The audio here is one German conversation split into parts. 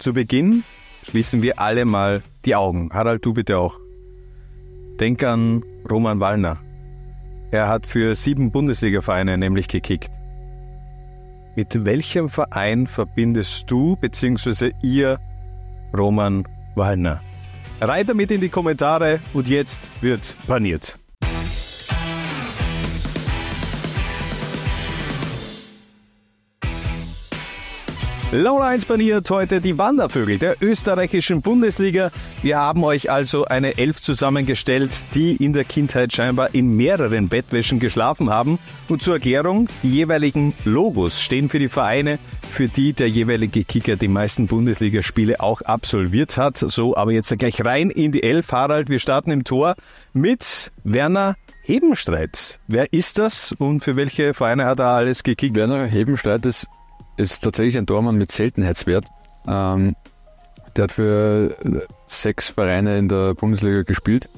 Zu Beginn schließen wir alle mal die Augen. Harald, du bitte auch. Denk an Roman Wallner. Er hat für 7 Bundesliga-Vereine nämlich gekickt. Mit welchem Verein verbindest du bzw. ihr Roman Wallner? Rein damit in die Kommentare und jetzt wird paniert. Laura 1 paniert heute die Wandervögel der österreichischen Bundesliga. Wir haben euch also eine 11 zusammengestellt, die in der Kindheit scheinbar in mehreren Bettwäschen geschlafen haben. Und zur Erklärung, die jeweiligen Logos stehen für die Vereine, für die der jeweilige Kicker die meisten Bundesligaspiele auch absolviert hat. So, aber jetzt gleich rein in die 11. Harald, wir starten im Tor mit Werner Hebenstreit. Wer ist das und für welche Vereine hat er alles gekickt? Werner Hebenstreit ist tatsächlich ein Tormann mit Seltenheitswert. Der hat für 6 Vereine in der Bundesliga gespielt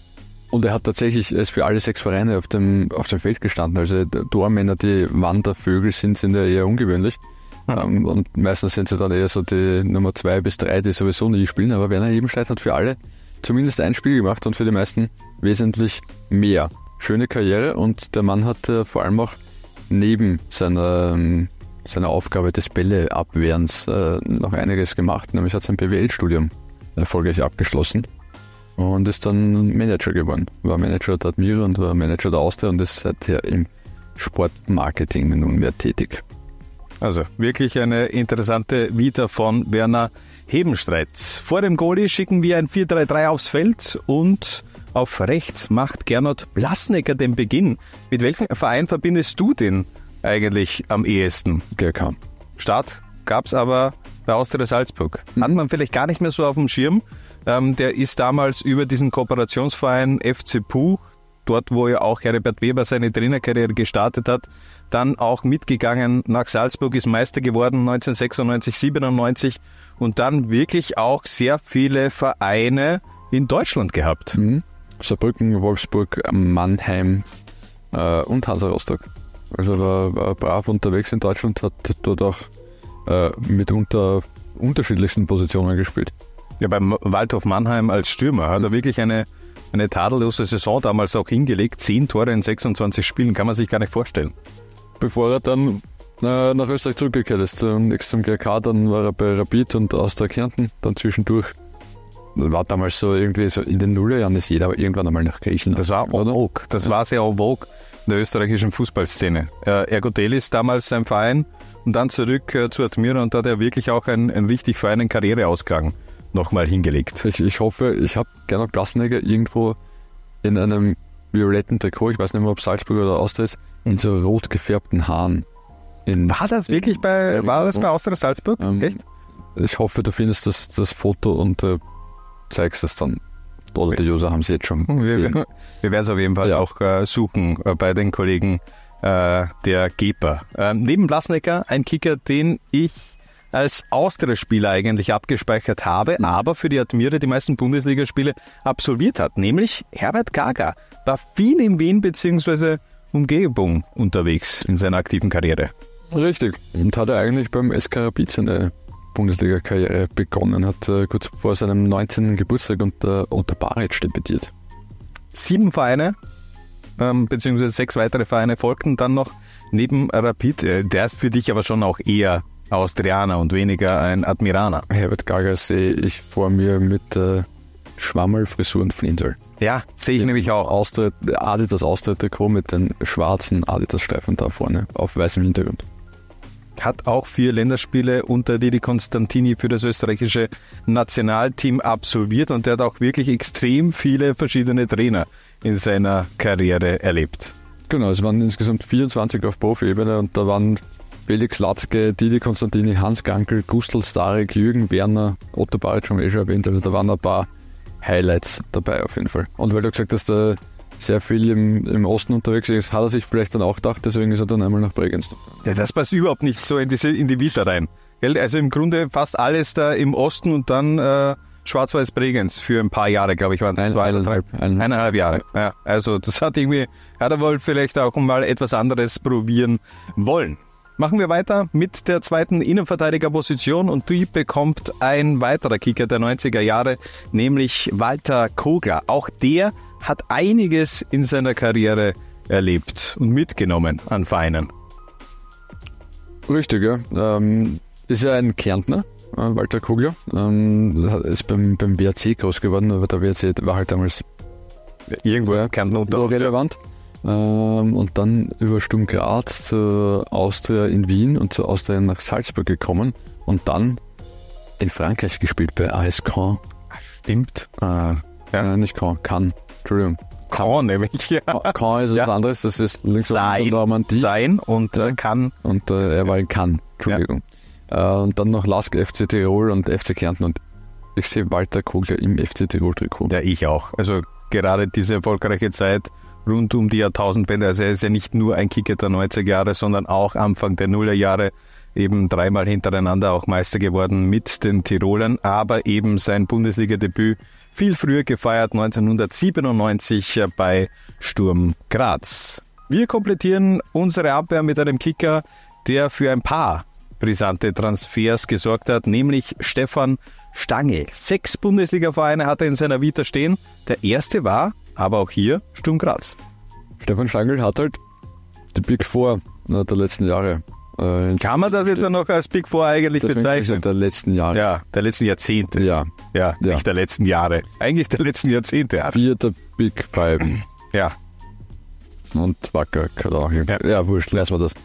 und er hat tatsächlich für alle 6 Vereine auf dem Feld gestanden. Also Tormänner, die Wandervögel sind ja eher ungewöhnlich. Und meistens sind sie dann eher so die Nummer 2 bis 3, die sowieso nie spielen. Aber Werner Hebenstreit hat für alle zumindest ein Spiel gemacht und für die meisten wesentlich mehr. Schöne Karriere und der Mann hat vor allem auch neben seiner Aufgabe des Bälleabwehrens noch einiges gemacht, nämlich hat sein BWL-Studium erfolgreich abgeschlossen und ist dann Manager geworden. War Manager der Admira und war Manager der Austria und ist seither im Sportmarketing nunmehr tätig. Also wirklich eine interessante Vita von Werner Hebenstreit. Vor dem Goalie schicken wir ein 4-3-3 aufs Feld und auf rechts macht Gernot Blasnecker den Beginn. Mit welchem Verein verbindest du den eigentlich am ehesten? GRK. Start gab es aber bei Austria Salzburg. Hat man vielleicht gar nicht mehr so auf dem Schirm. Der ist damals über diesen Kooperationsverein FC Puch, dort wo ja auch Herbert Weber seine Trainerkarriere gestartet hat, dann auch mitgegangen nach Salzburg, ist Meister geworden 1996, 97 und dann wirklich auch sehr viele Vereine in Deutschland gehabt. Saarbrücken, Wolfsburg, Mannheim und Hansa Rostock. Also war brav unterwegs in Deutschland, hat dort auch mitunter unterschiedlichsten Positionen gespielt. Ja, beim Waldhof Mannheim als Stürmer hat er wirklich eine tadellose Saison damals auch hingelegt. 10 Tore in 26 Spielen, kann man sich gar nicht vorstellen. Bevor er dann nach Österreich zurückgekehrt ist, zunächst zum GRK, dann war er bei Rapid und Austria Kärnten, dann zwischendurch. War damals so irgendwie so in den Nullerjahren ist jeder irgendwann einmal nach Griechenland. Das war en vogue. Das war sehr en vogue in der österreichischen Fußballszene. Ergotelis damals sein Verein und dann zurück zu Admira und da hat er wirklich auch einen richtig feinen Karriereausgang nochmal hingelegt. Ich hoffe, ich habe Gernot Blasnecker irgendwo in einem violetten Trikot, ich weiß nicht mehr, ob Salzburg oder Austria ist, in so rot gefärbten Haaren. War das wirklich bei Austria Salzburg? Echt? Ich hoffe, du findest das Foto und zeigst es dann. Oder die User haben es jetzt schon gesehen. Wir werden es auf jeden Fall auch suchen bei den Kollegen der Geper. Neben Blasnecker ein Kicker, den ich als Austria-Spieler eigentlich abgespeichert habe, aber für die Admira die meisten Bundesligaspiele absolviert hat, nämlich Herbert Gaga. War viel in Wien bzw. Umgebung unterwegs in seiner aktiven Karriere. Richtig. Und hat er eigentlich beim SK Rapid seine Bundesliga-Karriere begonnen, hat kurz vor seinem 19. Geburtstag unter Otto Baric debütiert. 7 Vereine, beziehungsweise 6 weitere Vereine folgten dann noch neben Rapid. Der ist für dich aber schon auch eher Austrianer und weniger ein Admiraner. Herbert Gaga sehe ich vor mir mit Schwammerlfrisur und Flintel. Ja, sehe ich nämlich auch. Adidas Austria-Trikot mit den schwarzen Adidas-Streifen da vorne auf weißem Hintergrund. Hat auch 4 Länderspiele unter Didi Constantini für das österreichische Nationalteam absolviert und der hat auch wirklich extrem viele verschiedene Trainer in seiner Karriere erlebt. Genau, es waren insgesamt 24 auf Profi-Ebene und da waren Felix Latzke, Didi Constantini, Hans Gankl, Gustl Starek, Jürgen Werner, Otto Baric haben wir schon erwähnt, also da waren ein paar Highlights dabei auf jeden Fall. Und weil du gesagt hast, da sehr viel im Osten unterwegs ist, hat er sich vielleicht dann auch gedacht, deswegen ist er dann einmal nach Bregenz. Ja, das passt überhaupt nicht so in die Vita rein. Also im Grunde fast alles da im Osten und dann Schwarz-Weiß Bregenz für ein paar Jahre, glaube ich, waren es 1,5 Jahre. Ja, also das hat er wohl vielleicht auch mal etwas anderes probieren wollen. Machen wir weiter mit der zweiten Innenverteidigerposition und die bekommt ein weiterer Kicker der 90er Jahre, nämlich Walter Kogler. Auch der hat einiges in seiner Karriere erlebt und mitgenommen an Vereinen. Richtig, ja. Ist ja ein Kärntner, Walter Kogler. Ist beim WRC groß geworden, aber der WRC war halt damals irgendwo Kärnten relevant. Und dann über Sturm Graz zur Austria in Wien und zur Austria nach Salzburg gekommen und dann in Frankreich gespielt bei AS Caen. Stimmt. Nicht Caen, Cannes. Entschuldigung. Caen nämlich, ja. Caen ist was anderes, das ist links Sein, der Normandie. Sein und kann. Und er war in Cannes, Entschuldigung. Und dann noch LASK, FC Tirol und FC Kärnten und ich sehe Walter Kogler im FC Tirol-Trikot. Ja, ich auch. Also gerade diese erfolgreiche Zeit rund um die Jahrtausendwende, also er ist ja nicht nur ein Kicker der 90er Jahre, sondern auch Anfang der Nullerjahre eben 3-mal hintereinander auch Meister geworden mit den Tirolern, aber eben sein Bundesliga-Debüt viel früher gefeiert, 1997 bei Sturm Graz. Wir komplettieren unsere Abwehr mit einem Kicker, der für ein paar brisante Transfers gesorgt hat, nämlich Stefan Stangl. 6 Bundesliga-Vereine hat er in seiner Vita stehen. Der erste war aber auch hier Sturm Graz. Stefan Stangl hat halt die Big Four der letzten Jahre. Kann man das jetzt noch als Big Four eigentlich bezeichnen? Der letzten Jahre. Ja, der letzten Jahrzehnte. Ja. Nicht der letzten Jahre. Eigentlich der letzten Jahrzehnte. 4 der Big Five. Ja. Und Wacker, klar. Ja, wurscht, lassen wir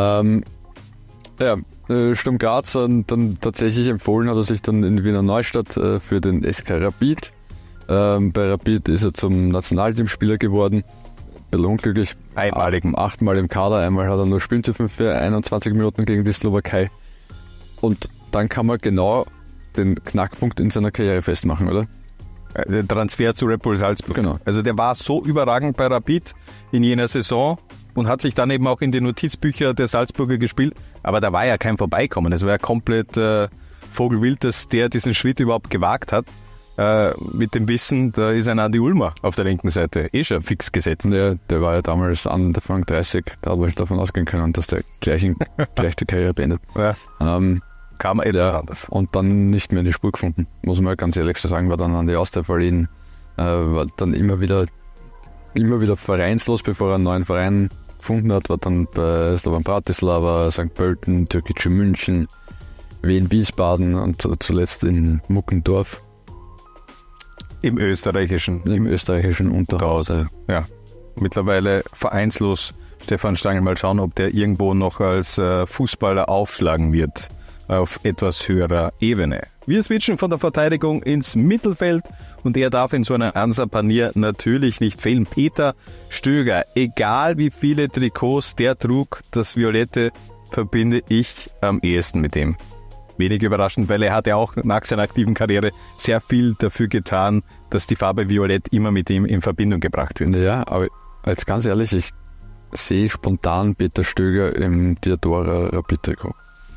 das. Sturm Graz dann tatsächlich empfohlen hat er sich dann in Wiener Neustadt für den SK Rapid. Bei Rapid ist er zum Nationalteamspieler geworden. Unglücklich. Einmalig. 8-mal im Kader, einmal hat er nur spielen dürfen für 21 Minuten gegen die Slowakei. Und dann kann man genau den Knackpunkt in seiner Karriere festmachen, oder? Der Transfer zu Red Bull Salzburg. Genau. Also der war so überragend bei Rapid in jener Saison und hat sich dann eben auch in die Notizbücher der Salzburger gespielt. Aber da war ja kein Vorbeikommen. Es war ja komplett vogelwild, dass der diesen Schritt überhaupt gewagt hat. Mit dem Wissen, da ist ein Andi Ulmer auf der linken Seite schon fix gesetzt. Der war ja damals Anfang 30, da hat man davon ausgehen können, dass der gleich die Karriere beendet. Ja. Kam etwas anders. Und dann nicht mehr in die Spur gefunden, muss man ganz ehrlich so sagen, war dann an die Austria verliehen, war dann immer wieder vereinslos, bevor er einen neuen Verein gefunden hat, war dann bei Slovan Bratislava, St. Pölten, Türkische München, Wien Wiesbaden und zuletzt in Muckendorf. Im österreichischen Unterhause. Ja, mittlerweile vereinslos. Stefan Stangl, mal schauen, ob der irgendwo noch als Fußballer aufschlagen wird auf etwas höherer Ebene. Wir switchen von der Verteidigung ins Mittelfeld und er darf in so einer Ansapanier natürlich nicht fehlen. Peter Stöger, egal wie viele Trikots der trug, das Violette verbinde ich am ehesten mit ihm. Wenig überraschend, weil er hat ja auch nach seiner aktiven Karriere sehr viel dafür getan, dass die Farbe Violett immer mit ihm in Verbindung gebracht wird. Ja, aber jetzt ganz ehrlich, ich sehe spontan Peter Stöger im Diadora Rapid-Trikot.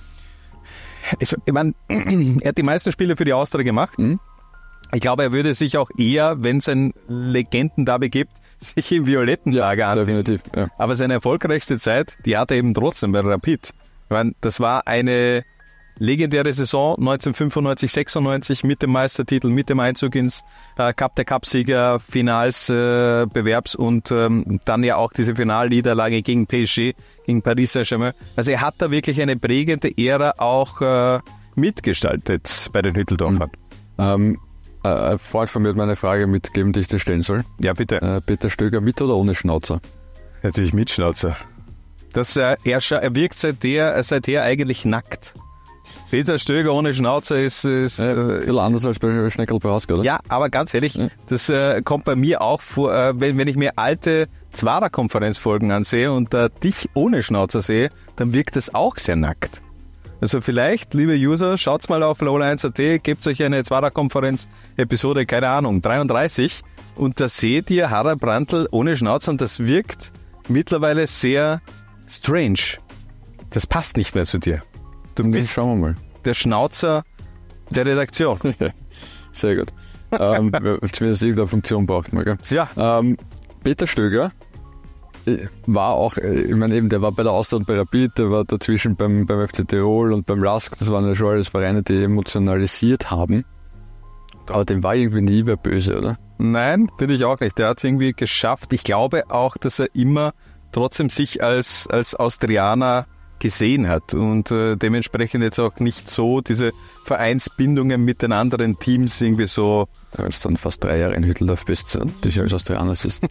Also, ich meine, er hat die meisten Spiele für die Austria gemacht. Ich glaube, er würde sich auch eher, wenn es ein Legendenderby gibt, sich im violetten Lager ansehen. Definitiv, ja. Aber seine erfolgreichste Zeit, die hat er eben trotzdem bei Rapid. Ich meine, das war eine legendäre Saison 1995, 96 mit dem Meistertitel, mit dem Einzug ins Cup der Cupsieger, Finals, Bewerbs und dann ja auch diese Finalniederlage gegen PSG, gegen Paris Saint-Germain. Also er hat da wirklich eine prägende Ära auch mitgestaltet bei den Hütteldorfern. Ein Freund von mir hat mir eine Frage mitgegeben, die ich dir stellen soll. Ja, bitte. Peter Stöger mit oder ohne Schnauzer? Natürlich mit Schnauzer. Er wirkt seither eigentlich nackt. Peter Stöger ohne Schnauzer ist ein bisschen anders als bei Schneckerl Brauske, oder? Ja, aber ganz ehrlich, das kommt bei mir auch vor, wenn ich mir alte Zwarer-Konferenzfolgen ansehe und dich ohne Schnauzer sehe, dann wirkt das auch sehr nackt. Also vielleicht, liebe User, schaut's mal auf Lola1.at, gebt euch eine Zwarer-Konferenz-Episode, keine Ahnung, 33 und da seht ihr Harald Brandl ohne Schnauzer und das wirkt mittlerweile sehr strange. Das passt nicht mehr zu dir. Du bist schauen wir mal. Der Schnauzer der Redaktion. Sehr gut. Zumindest irgendeine Funktion braucht man, gell? Ja. Peter Stöger war auch, ich meine eben, der war bei der Austria und bei Rapid, der war dazwischen beim FC Tirol und beim LASK, das waren ja schon alles Vereine, die emotionalisiert haben. Aber dem war irgendwie nie wer böse, oder? Nein, finde ich auch nicht. Der hat es irgendwie geschafft. Ich glaube auch, dass er immer trotzdem sich als Austrianer gesehen hat und dementsprechend jetzt auch nicht so diese Vereinsbindungen mit den anderen Teams irgendwie so... Da wenn du dann fast 3 Jahre in Hütteldorf bist und dich als Austrianer siehst.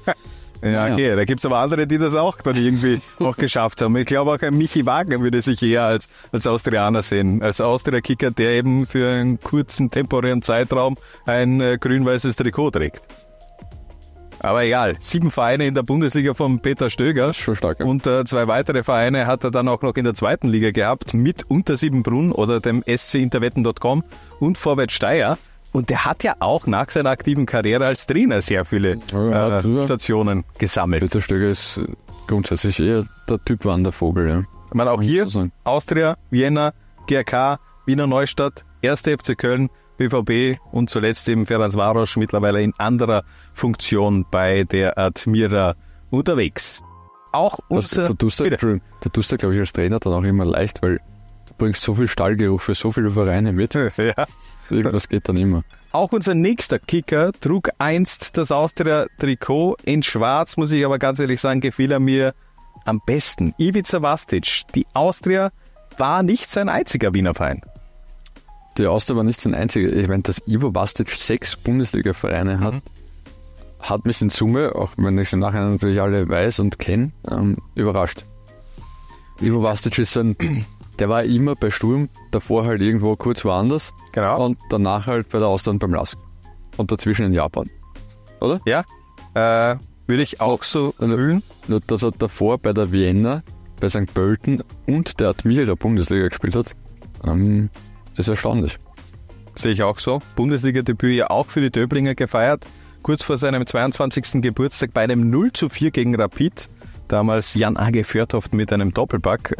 Ja, okay, da gibt es aber andere, die das auch dann irgendwie auch geschafft haben. Ich glaube auch ein Michi Wagner würde sich eher als Austrianer sehen, als Austria-Kicker, der eben für einen kurzen, temporären Zeitraum ein grün-weißes Trikot trägt. Aber egal, 7 Vereine in der Bundesliga von Peter Stöger. Schon stark, ja. Und 2 weitere Vereine hat er dann auch noch in der 2. Liga gehabt, mit Untersiebenbrunn oder dem SC Interwetten.com und Vorwärts Steyr. Und der hat ja auch nach seiner aktiven Karriere als Trainer sehr viele Stationen gesammelt. Peter Stöger ist grundsätzlich eher der Typ Wandervogel. Ja. Ich meine, auch hier Austria, Vienna, GRK, Wiener Neustadt, 1. FC Köln, BVB und zuletzt eben Ferencváros, mittlerweile in anderer Funktion bei der Admira unterwegs. Auch unser... Da tust du, glaube ich, als Trainer dann auch immer leicht, weil du bringst so viel Stallgeruch für so viele Vereine mit. Ja. Irgendwas geht dann immer. Auch unser nächster Kicker trug einst das Austria-Trikot in Schwarz, muss ich aber ganz ehrlich sagen, gefiel er mir am besten. Ivica Vastic. Die Austria war nicht sein einziger Wiener Verein. Die Austria war nicht sein einziger. Ich meine, dass Ivo Vastic 6 Bundesliga-Vereine hat mich in Summe, auch wenn ich es im Nachhinein natürlich alle weiß und kenne, überrascht. Ivo Vastic ist der war immer bei Sturm, davor halt irgendwo kurz woanders. Genau. Und danach halt bei der Austria und beim LASK. Und dazwischen in Japan. Oder? Ja, würde ich auch so fühlen. Nur, dass er davor bei der Vienna, bei St. Pölten und der Admira Bundesliga gespielt hat, ist erstaunlich. Sehe ich auch so. Bundesliga-Debüt ja auch für die Döblinger gefeiert. Kurz vor seinem 22. Geburtstag bei einem 0:4 gegen Rapid. Damals Jan Age Fjørtoft mit einem Doppelpack.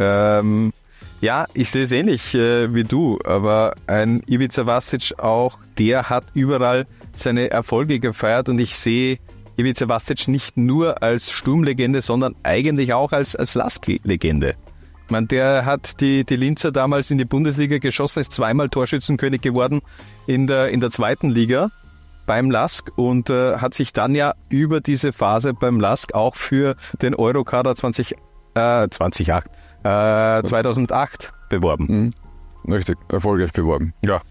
Ja, ich sehe es ähnlich wie du, aber ein Ivica Vastic auch, der hat überall seine Erfolge gefeiert und ich sehe Ivica Vastic nicht nur als Sturmlegende, sondern eigentlich auch als LASK-Legende. Ich meine, der hat die Linzer damals in die Bundesliga geschossen, ist 2-mal Torschützenkönig geworden in der 2. Liga beim LASK und hat sich dann ja über diese Phase beim LASK auch für den Eurokader 2008 beworben. Richtig, erfolgreich beworben. Ja.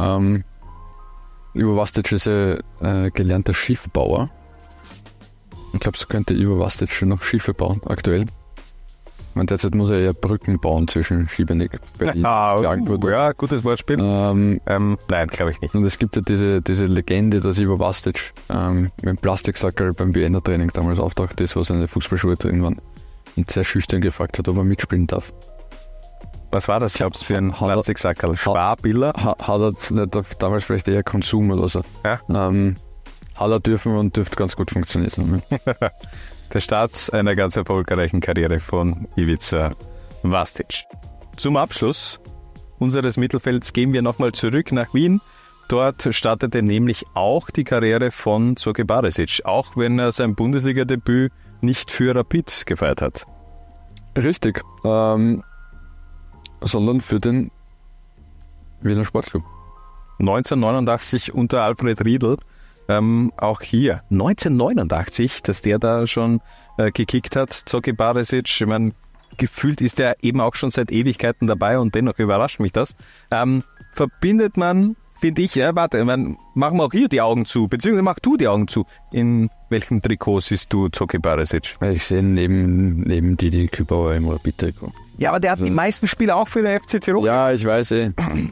Ivo Vastic ist gelernter Schiffbauer. Ich glaube, so könnte Ivo Vastic schon noch Schiffe bauen, aktuell. Ich meine, derzeit muss er ja Brücken bauen zwischen Schiebenig, Berlin, Klagenfurt. Ja, gutes Wortspiel. Nein, glaube ich nicht. Und es gibt ja diese Legende, dass Ivo Vastic mit dem Plastiksackerl beim Vienna-Training damals auftaucht ist, wo seine Fußballschuhe drin waren. Und sehr schüchtern gefragt hat, ob er mitspielen darf. Was war das, glaubst du, für ein Plastiksackerl? Sparbiller? Hat er nicht, damals vielleicht eher Konsum oder so. Ja. Hat er dürfen und dürfte ganz gut funktionieren. Der Start einer ganz erfolgreichen Karriere von Ivica Vastic. Zum Abschluss unseres Mittelfelds gehen wir nochmal zurück nach Wien. Dort startete nämlich auch die Karriere von Zoki Barisic, auch wenn er sein Bundesliga-Debüt nicht für Rapid gefeiert hat. Richtig, sondern für den Wiener Sportclub. 1989 unter Alfred Riedl. Auch hier 1989, dass der da schon gekickt hat, Zoki Barisic. Ich meine, gefühlt ist er eben auch schon seit Ewigkeiten dabei und dennoch überrascht mich das. Verbindet man, finde ich, machen wir auch hier die Augen zu, beziehungsweise mach du die Augen zu. In welchem Trikot siehst du Zoki Barisic? Ich sehe neben Didi Kübauer im Rapid-Trikot. Ja, aber der hat die meisten Spiele auch für den FC Tirol. Ja, ich weiß eh.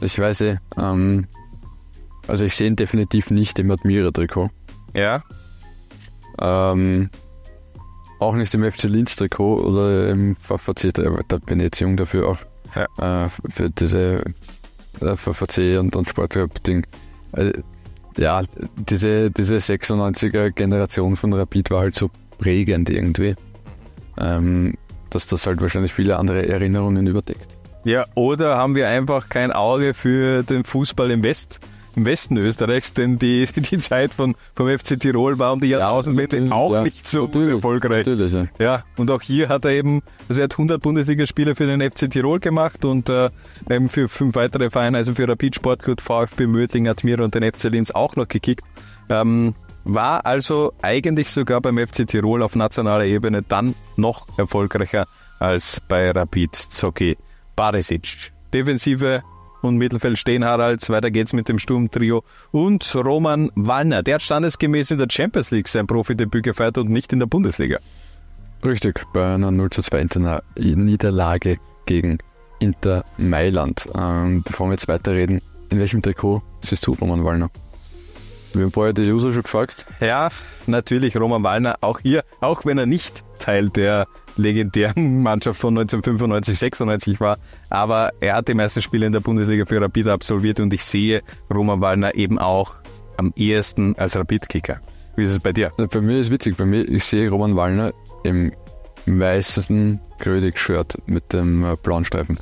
Also ich sehe ihn definitiv nicht im Admira-Trikot. Ja. Auch nicht im FC Linz-Trikot oder im VVC, da bin ich jetzt jung dafür auch. Ja. Für diese VVC und Sportclub-Ding. Ja, diese 96er-Generation von Rapid war halt so prägend irgendwie, dass das halt wahrscheinlich viele andere Erinnerungen überdeckt. Ja, oder haben wir einfach kein Auge für den Fußball im West? im Westen Österreichs, denn die Zeit vom FC Tirol war um die Jahrtausendwende auch nicht so erfolgreich. Natürlich, ja, und auch hier hat er eben, also er hat 100 Bundesligaspiele für den FC Tirol gemacht und eben für 5 weitere Vereine, also für Rapid Sportclub, VfB Mödling, Admira und den FC Linz auch noch gekickt. War also eigentlich sogar beim FC Tirol auf nationaler Ebene dann noch erfolgreicher als bei Rapid Zoki Barisic. Defensive und Mittelfeld stehen Haralds, weiter geht's mit dem Sturmtrio und Roman Wallner. Der hat standesgemäß in der Champions League sein Profidebüt gefeiert und nicht in der Bundesliga. Richtig, bei einer 0:2 Niederlage gegen Inter Mailand. Bevor wir jetzt weiterreden, in welchem Trikot siehst du Roman Wallner? Wir haben vorher die User schon gefragt. Ja, natürlich Roman Wallner, auch hier, auch wenn er nicht Teil der legendären Mannschaft von 1995, 96 war, aber er hat die meisten Spiele in der Bundesliga für Rapid absolviert und ich sehe Roman Wallner eben auch am ehesten als Rapid-Kicker. Wie ist es bei dir? Bei mir ist es witzig, ich sehe Roman Wallner im weißen Grödig-Shirt mit dem blauen Streifen.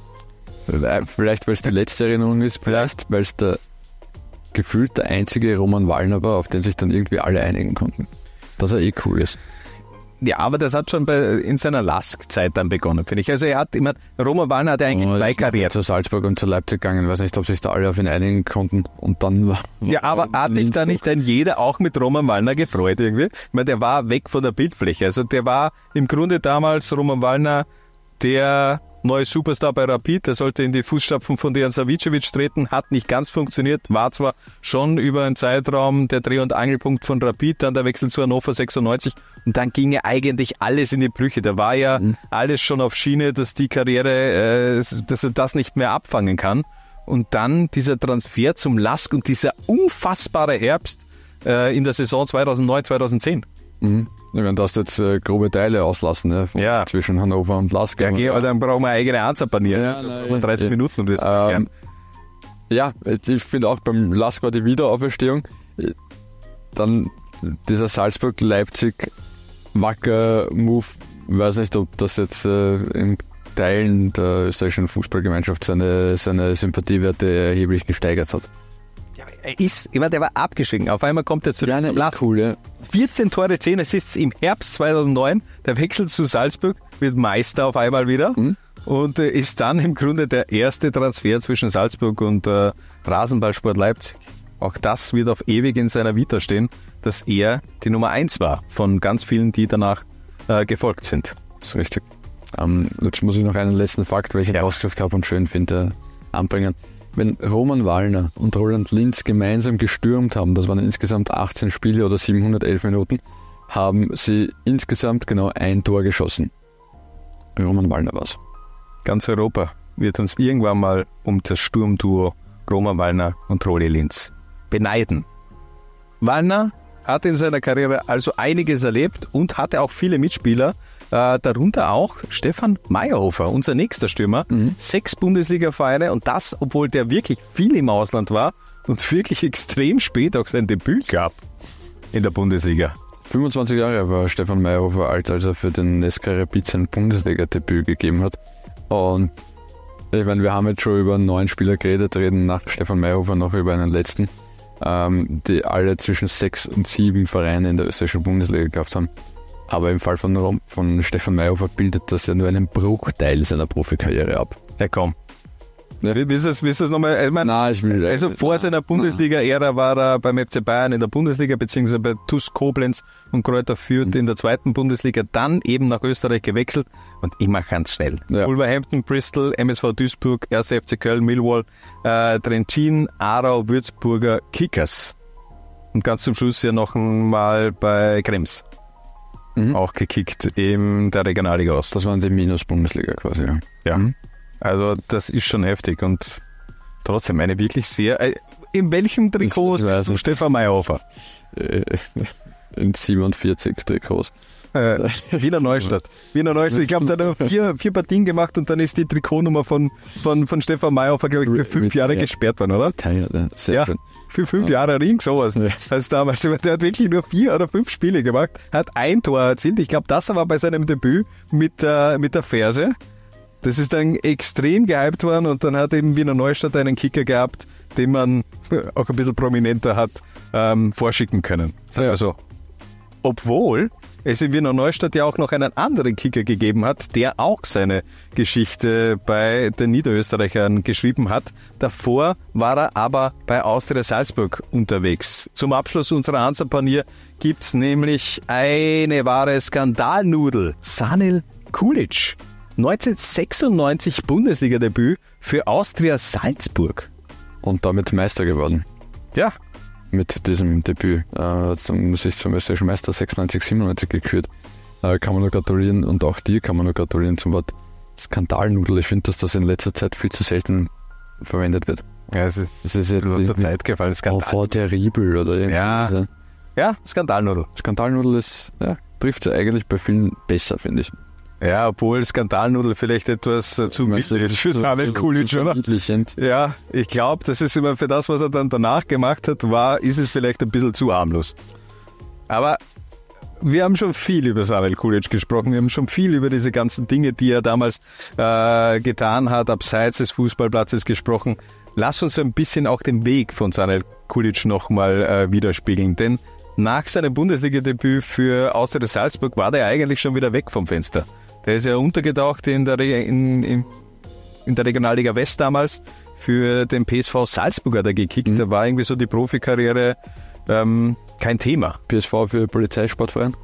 Vielleicht, weil es die letzte Erinnerung ist, vielleicht, weil es gefühlt der einzige Roman Wallner war, auf den sich dann irgendwie alle einigen konnten. Dass er cool ist. Ja, aber das hat schon in seiner Lask-Zeit dann begonnen, finde ich. Also Roman Wallner hat ja eigentlich 2 Karrieren. Zu Salzburg und zu Leipzig gegangen, weiß nicht, ob sich da alle auf ihn einigen konnten und dann war... Ja, aber hat sich da nicht jeder auch mit Roman Wallner gefreut irgendwie? Ich meine, der war weg von der Bildfläche. Also der war im Grunde damals, Roman Wallner, der neue Superstar bei Rapid, der sollte in die Fußstapfen von Dejan Savicevic treten, hat nicht ganz funktioniert, war zwar schon über einen Zeitraum der Dreh- und Angelpunkt von Rapid, dann der Wechsel zu Hannover 96 und dann ging ja eigentlich alles in die Brüche. Da war ja alles schon auf Schiene, dass die Karriere, dass er das nicht mehr abfangen kann. Und dann dieser Transfer zum LASK und dieser unfassbare Herbst in der Saison 2009, 2010. Wenn das jetzt grobe Teile auslassen, ne, zwischen Hannover und LASK. Ja, okay, aber dann brauchen wir eine eigene Ansatzpanier. 30 Minuten. Um das ja, ich finde auch beim LASK war die Wiederauferstehung. Dann dieser Salzburg-Leipzig-Wacker-Move, ich weiß nicht, ob das jetzt in Teilen der österreichischen Fußballgemeinschaft seine Sympathiewerte erheblich gesteigert hat. Der war abgestiegen. Auf einmal kommt er zurück zum LASK. Cool, ja. 14 Tore, 10 Assists im Herbst 2009. Der Wechsel zu Salzburg, wird Meister auf einmal wieder und ist dann im Grunde der erste Transfer zwischen Salzburg und Rasenballsport Leipzig. Auch das wird auf ewig in seiner Vita stehen, dass er die Nummer 1 war von ganz vielen, die danach gefolgt sind. Das ist richtig. Jetzt muss ich noch einen letzten Fakt, welchen ich rausgesucht habe und schön finde, anbringen. Wenn Roman Wallner und Roland Linz gemeinsam gestürmt haben, das waren insgesamt 18 Spiele oder 711 Minuten, haben sie insgesamt genau 1 Tor geschossen. Roman Wallner war's. Ganz Europa wird uns irgendwann mal um das Sturmduo Roman Wallner und Roli Linz beneiden. Wallner hat in seiner Karriere also einiges erlebt und hatte auch viele Mitspieler, darunter auch Stefan Meyerhofer, unser nächster Stürmer. 6 Bundesliga-Vereine und das, obwohl der wirklich viel im Ausland war und wirklich extrem spät auch sein Debüt gab in der Bundesliga. 25 Jahre war Stefan Meyerhofer alt, als er für den SK Rapid sein Bundesliga-Debüt gegeben hat. Und ich meine, wir haben jetzt schon über 9 Spieler geredet, reden nach Stefan Meyerhofer noch über einen letzten, die alle zwischen 6 und 7 Vereine in der österreichischen Bundesliga gehabt haben. Aber im Fall von Stefan Meyerhofer bildet das ja nur einen Bruchteil seiner Profikarriere ab. Ja, komm. Ja. Willst du es nochmal? Vor seiner Bundesliga-Ära war er beim FC Bayern in der Bundesliga, beziehungsweise bei TuS Koblenz und Kräuter Fürth in der 2. Bundesliga, dann eben nach Österreich gewechselt. Und ich mache ganz schnell. Ja. Wolverhampton, Bristol, MSV Duisburg, 1. FC Köln, Millwall, Trentin, Aarau, Würzburger Kickers. Und ganz zum Schluss ja noch mal bei Krems. Auch gekickt in der Regionalliga Ost. Das waren die Minus-Bundesliga quasi, ja. Ja. Also das ist schon heftig und trotzdem eine wirklich sehr... in welchem Trikot ist Stefan Meyerhofer? In 47 Trikots. Wiener Neustadt. Ich glaube, der hat 4 Partien gemacht und dann ist die Trikotnummer von Stefan Meyerhofer, glaube ich, für 5 Jahre gesperrt worden, oder? Sehr schön. Für 5 Jahre Ring, sowas. Also damals, der hat wirklich nur 4 oder 5 Spiele gemacht, hat 1 Tor erzielt. Ich glaube, das war bei seinem Debüt mit der Ferse. Das ist dann extrem gehypt worden und dann hat eben Wiener Neustadt einen Kicker gehabt, den man auch ein bisschen prominenter hat vorschicken können. Ja. Also, obwohl es in Wiener Neustadt ja auch noch einen anderen Kicker gegeben hat, der auch seine Geschichte bei den Niederösterreichern geschrieben hat. Davor war er aber bei Austria Salzburg unterwegs. Zum Abschluss unserer Hansa-Panier gibt's nämlich eine wahre Skandalnudel. Sanel Kulic. 1996 Bundesliga-Debüt für Austria Salzburg. Und damit Meister geworden. Ja. Mit diesem Debüt. Sich zum österreichischen Meister 96, 97 gekürt. Kann man nur gratulieren und auch dir kann man nur gratulieren zum Wort Skandalnudel. Ich finde, dass das in letzter Zeit viel zu selten verwendet wird. Ja, es ist jetzt aus der Zeit gefallen. Enfant terrible oder irgendwie. Ja, Skandalnudel. Skandalnudel trifft es eigentlich bei vielen besser, finde ich. Ja, obwohl Skandalnudel vielleicht etwas zu wild ist für Sanel Kulic, oder? Ja, ich glaube, das ist immer für das, was er dann danach gemacht hat, ist es vielleicht ein bisschen zu harmlos. Aber wir haben schon viel über Sanel Kulic gesprochen, wir haben schon viel über diese ganzen Dinge, die er damals getan hat, abseits des Fußballplatzes gesprochen. Lass uns ein bisschen auch den Weg von Sanel Kulic nochmal widerspiegeln, denn nach seinem Bundesliga-Debüt für Austria Salzburg war der eigentlich schon wieder weg vom Fenster. Der ist ja untergetaucht in der Regionalliga West damals. Für den PSV Salzburg hat er gekickt. Da war irgendwie so die Profikarriere kein Thema. PSV für Polizeisportverein?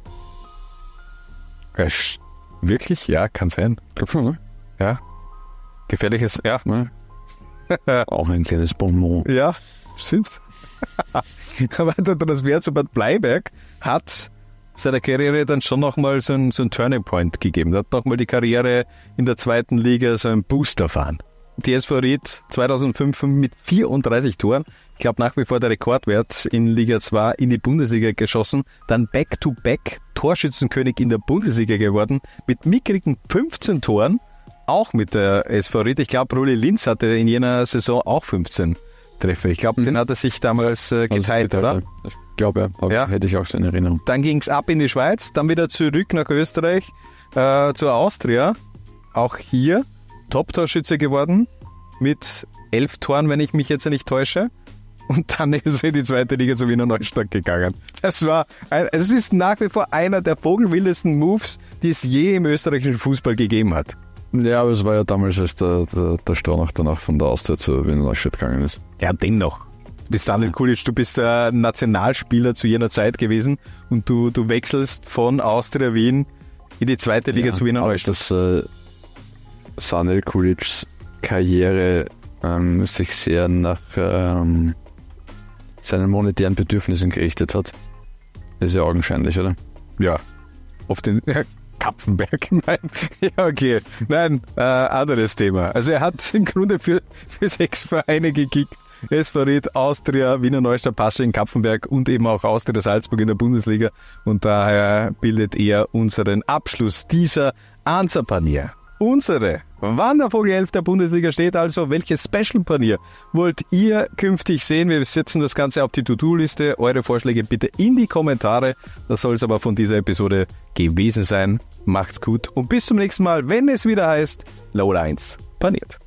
Ja, wirklich? Ja, kann sein. Ich glaube schon, ne? Ja. Gefährliches, ja. Auch ein kleines Bonbon. Ja, stimmt. Aber der Transfer zu Bad Bleiberg hat seiner Karriere dann schon nochmal so ein Turning Point gegeben. Da hat nochmal die Karriere in der zweiten Liga so einen Boost erfahren. Die SV Ried 2005 mit 34 Toren, ich glaube nach wie vor der Rekordwert in Liga 2 in die Bundesliga geschossen, dann Back-to-Back Torschützenkönig in der Bundesliga geworden, mit mickrigen 15 Toren, auch mit der SV Ried. Ich glaube, Rudi Linz hatte in jener Saison auch 15 Treffer. Ich glaube, den hat er sich damals geteilt, oder? Ich glaube, ja. Hätte ich auch so in Erinnerung. Dann ging es ab in die Schweiz, dann wieder zurück nach Österreich zur Austria. Auch hier Top-Torschütze geworden mit 11 Toren, wenn ich mich jetzt nicht täusche. Und dann ist er in die zweite Liga zu Wiener Neustadt gegangen. Es ist nach wie vor einer der vogelwildesten Moves, die es je im österreichischen Fußball gegeben hat. Ja, aber es war ja damals, als der Stronach danach von der Austria zu Wiener Neustadt gegangen ist. Ja, dennoch. Bist Sanel Kulic, du bist der Nationalspieler zu jener Zeit gewesen und du wechselst von Austria Wien in die zweite Liga zu Wiener Neustadt. Dass Sanel Kulics Karriere sich sehr nach seinen monetären Bedürfnissen gerichtet hat, ist ja augenscheinlich, oder? Ja, auf den Kapfenberg. Nein, ja, okay. Nein, anderes Thema. Also er hat im Grunde für 6 Vereine gekickt. SV Ried, Austria, Wiener Neustadt, Pasching, Kapfenberg und eben auch Austria Salzburg in der Bundesliga. Und daher bildet er unseren Abschluss dieser Hansa-Panier. Unsere Wandervogel 11 der Bundesliga steht also. Welches Special-Panier wollt ihr künftig sehen? Wir setzen das Ganze auf die To-Do-Liste. Eure Vorschläge bitte in die Kommentare. Das soll es aber von dieser Episode gewesen sein. Macht's gut und bis zum nächsten Mal, wenn es wieder heißt Low Lines paniert.